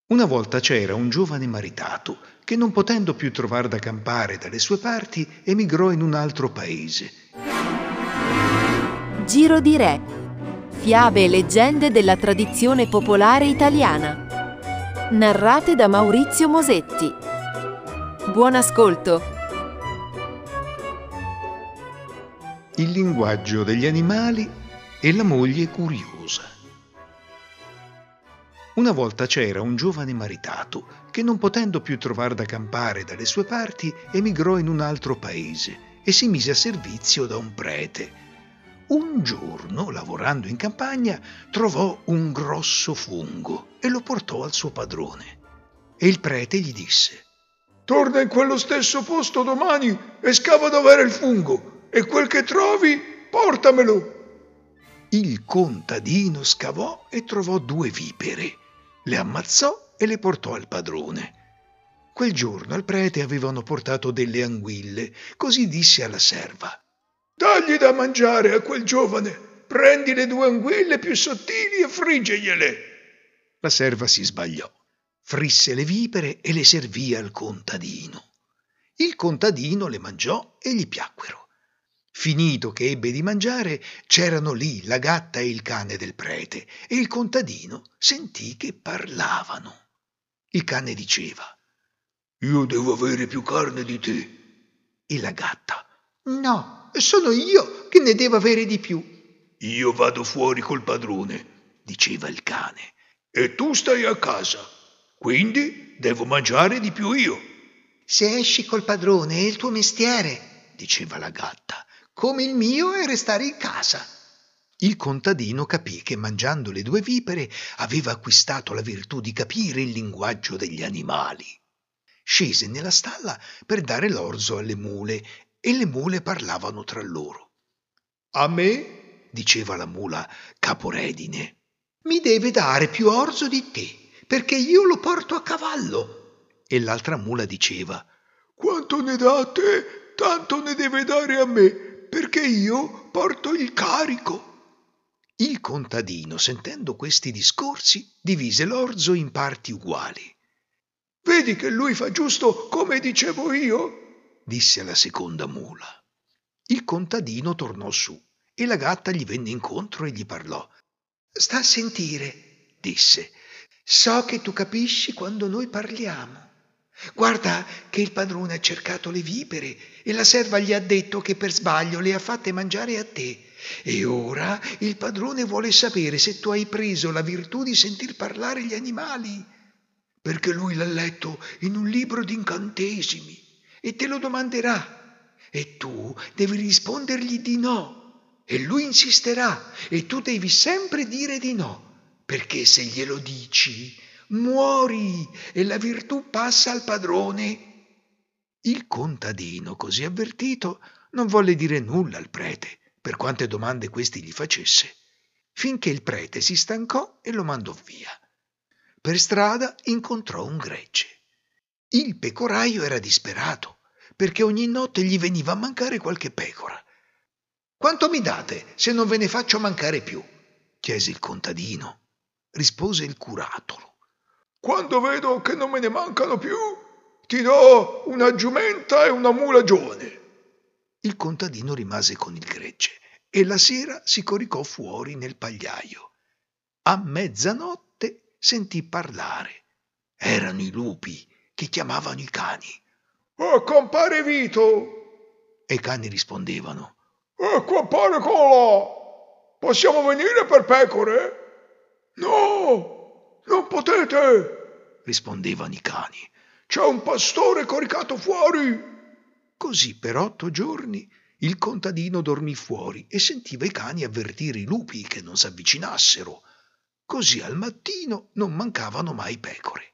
Una volta c'era un giovane maritato che, non potendo più trovar da campare dalle sue parti, emigrò in un altro paese. Giro di Re. Fiabe e leggende della tradizione popolare italiana. Narrate da Maurizio Mosetti. Buon ascolto! Il linguaggio degli animali e la moglie curiosa. Una volta c'era un giovane maritato che, non potendo più trovar da campare dalle sue parti, emigrò in un altro paese e si mise a servizio da un prete. Un giorno, lavorando in campagna, trovò un grosso fungo e lo portò al suo padrone. E il prete gli disse: «Torna in quello stesso posto domani e scava dov'era il fungo, e quel che trovi portamelo». Il contadino scavò e trovò 2 vipere. Le ammazzò e le portò al padrone. Quel giorno al prete avevano portato delle anguille, così disse alla serva: «Dagli da mangiare a quel giovane, prendi le 2 anguille più sottili e friggegliele». La serva si sbagliò, frisse le vipere e le servì al contadino. Il contadino le mangiò e gli piacquero. Finito che ebbe di mangiare, c'erano lì la gatta e il cane del prete, e il contadino sentì che parlavano. Il cane diceva: «Io devo avere più carne di te». E la gatta: «No, sono io che ne devo avere di più». «Io vado fuori col padrone», diceva il cane, «e tu stai a casa, quindi devo mangiare di più io». «Se esci col padrone è il tuo mestiere», diceva la gatta, «come il mio è restare in casa». Il contadino capì che, mangiando le 2 vipere, aveva acquistato la virtù di capire il linguaggio degli animali. Scese nella stalla per dare l'orzo alle mule, e le mule parlavano tra loro. «A me», diceva la mula Caporedine, «mi deve dare più orzo di te, perché io lo porto a cavallo». E l'altra mula diceva: «Quanto ne dà a te, tanto ne deve dare a me, perché io porto il carico». Il contadino, sentendo questi discorsi, divise l'orzo in parti uguali. «Vedi che lui fa giusto come dicevo io?» disse alla seconda mula. Il contadino tornò su e la gatta gli venne incontro e gli parlò. «Sta a sentire», disse, «so che tu capisci quando noi parliamo. Guarda che il padrone ha cercato le vipere e la serva gli ha detto che per sbaglio le ha fatte mangiare a te. E ora il padrone vuole sapere se tu hai preso la virtù di sentir parlare gli animali, perché lui l'ha letto in un libro di incantesimi e te lo domanderà. E tu devi rispondergli di no, e lui insisterà, e tu devi sempre dire di no, perché se glielo dici muori e la virtù passa al padrone». Il contadino, così avvertito, non volle dire nulla al prete, per quante domande questi gli facesse, finché il prete si stancò e lo mandò via. Per strada incontrò un gregge. Il pecoraio era disperato, perché ogni notte gli veniva a mancare qualche pecora. «Quanto mi date se non ve ne faccio mancare più?» chiese il contadino. Rispose il curatolo: «Quando vedo che non me ne mancano più, ti do una giumenta e una mula giovane». Il contadino rimase con il gregge e la sera si coricò fuori nel pagliaio. A mezzanotte sentì parlare. Erano i lupi che chiamavano i cani. «Oh, compare Vito!» E i cani rispondevano: «Oh, compare Cola! Possiamo venire per pecore?» «No, non potete!» rispondevano i cani. «C'è un pastore coricato fuori!» Così per 8 giorni il contadino dormì fuori e sentiva i cani avvertire i lupi che non s'avvicinassero. Così al mattino non mancavano mai pecore.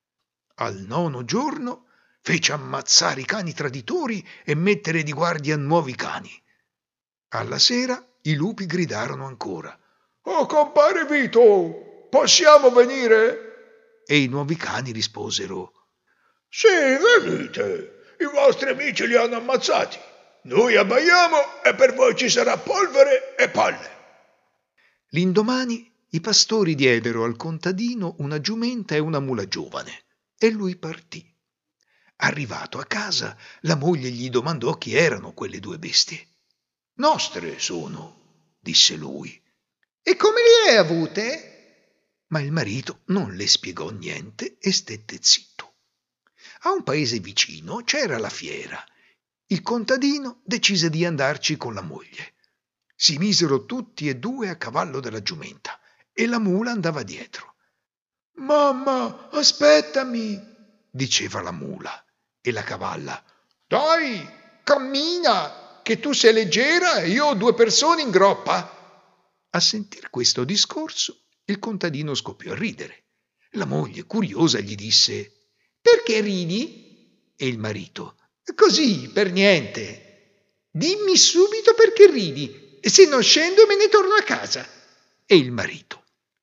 Al 9° giorno fece ammazzare i cani traditori e mettere di guardia nuovi cani. Alla sera i lupi gridarono ancora: «Oh, compare Vito, possiamo venire?» E i nuovi cani risposero: «Sì, venite! I vostri amici li hanno ammazzati. Noi abbaiamo e per voi ci sarà polvere e palle». L'indomani I pastori diedero al contadino una giumenta e una mula giovane e lui partì. Arrivato a casa, la moglie gli domandò chi erano quelle due bestie. «Nostre sono», disse lui. E come le hai avute? Ma il marito non le spiegò niente e stette zitto. A un paese vicino c'era la fiera. Il contadino decise di andarci con la moglie. Si misero tutti e due a cavallo della giumenta e la mula andava dietro. «Mamma, aspettami», diceva la mula, e la cavalla: «Dai, cammina, che tu sei leggera e io ho 2 persone in groppa». A sentir questo discorso, il contadino scoppiò a ridere. La moglie, curiosa, gli disse: «Perché ridi?» E il marito: «Così, per niente. Dimmi subito perché ridi, e se non scendo me ne torno a casa». E il marito: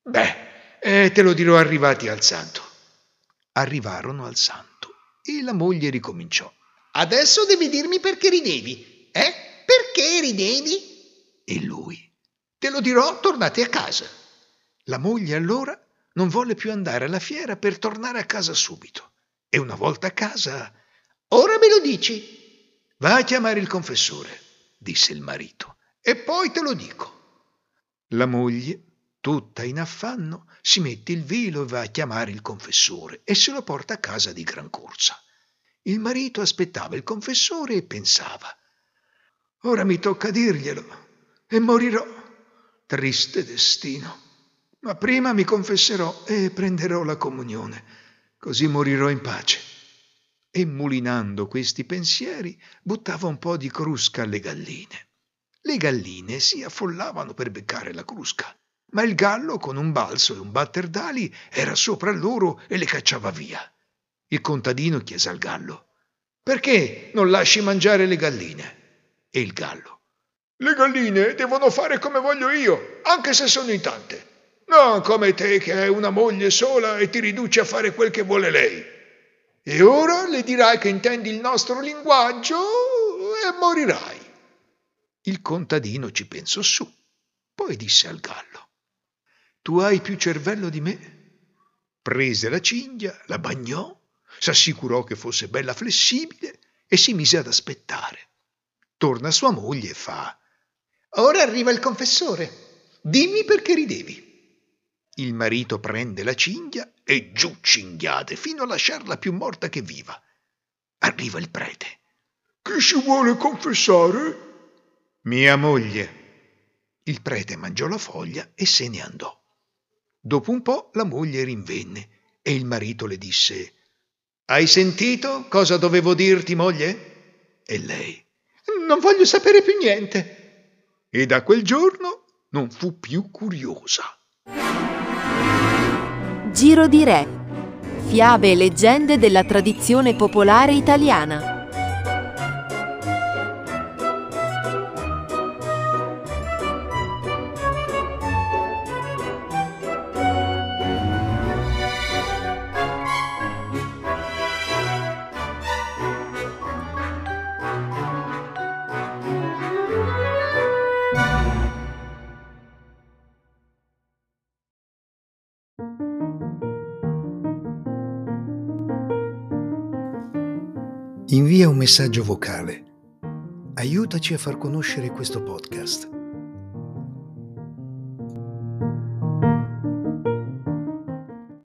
te lo dirò arrivati al santo». Arrivarono al santo e la moglie ricominciò: «Adesso devi dirmi perché ridevi, Perché ridevi?» E lui: «Te lo dirò tornati a casa». La moglie allora non volle più andare alla fiera per tornare a casa subito. E una volta a casa: «Ora me lo dici?» «Va a chiamare il confessore», disse il marito, «e poi te lo dico». La moglie, tutta in affanno, si mette il velo e va a chiamare il confessore e se lo porta a casa di gran corsa. Il marito aspettava il confessore e pensava: «Ora mi tocca dirglielo e morirò. Triste destino. Ma prima mi confesserò e prenderò la comunione, così morirò in pace». E mulinando questi pensieri buttava un po' di crusca alle galline. Le galline si affollavano per beccare la crusca, ma il gallo con un balzo e un batter d'ali era sopra loro e le cacciava via. Il contadino chiese al gallo: «Perché non lasci mangiare le galline?» E il gallo: «Le galline devono fare come voglio io, anche se sono in tante. Non come te che hai una moglie sola e ti riduci a fare quel che vuole lei. E ora le dirai che intendi il nostro linguaggio e morirai». Il contadino ci pensò su, poi disse al gallo: «Tu hai più cervello di me?» Prese la cinghia, la bagnò, s'assicurò che fosse bella flessibile e si mise ad aspettare. Torna sua moglie e fa: «Ora arriva il confessore. Dimmi perché ridevi». Il marito prende la cinghia e giù cinghiate fino a lasciarla più morta che viva. Arriva il prete. «Chi si vuole confessare?» «Mia moglie». Il prete mangiò la foglia e se ne andò. Dopo un po' la moglie rinvenne e il marito le disse: «Hai sentito cosa dovevo dirti, moglie?» E lei: «Non voglio sapere più niente». E da quel giorno non fu più curiosa. Giro di Re. Fiabe e leggende della tradizione popolare italiana. Invia un messaggio vocale. Aiutaci a far conoscere questo podcast.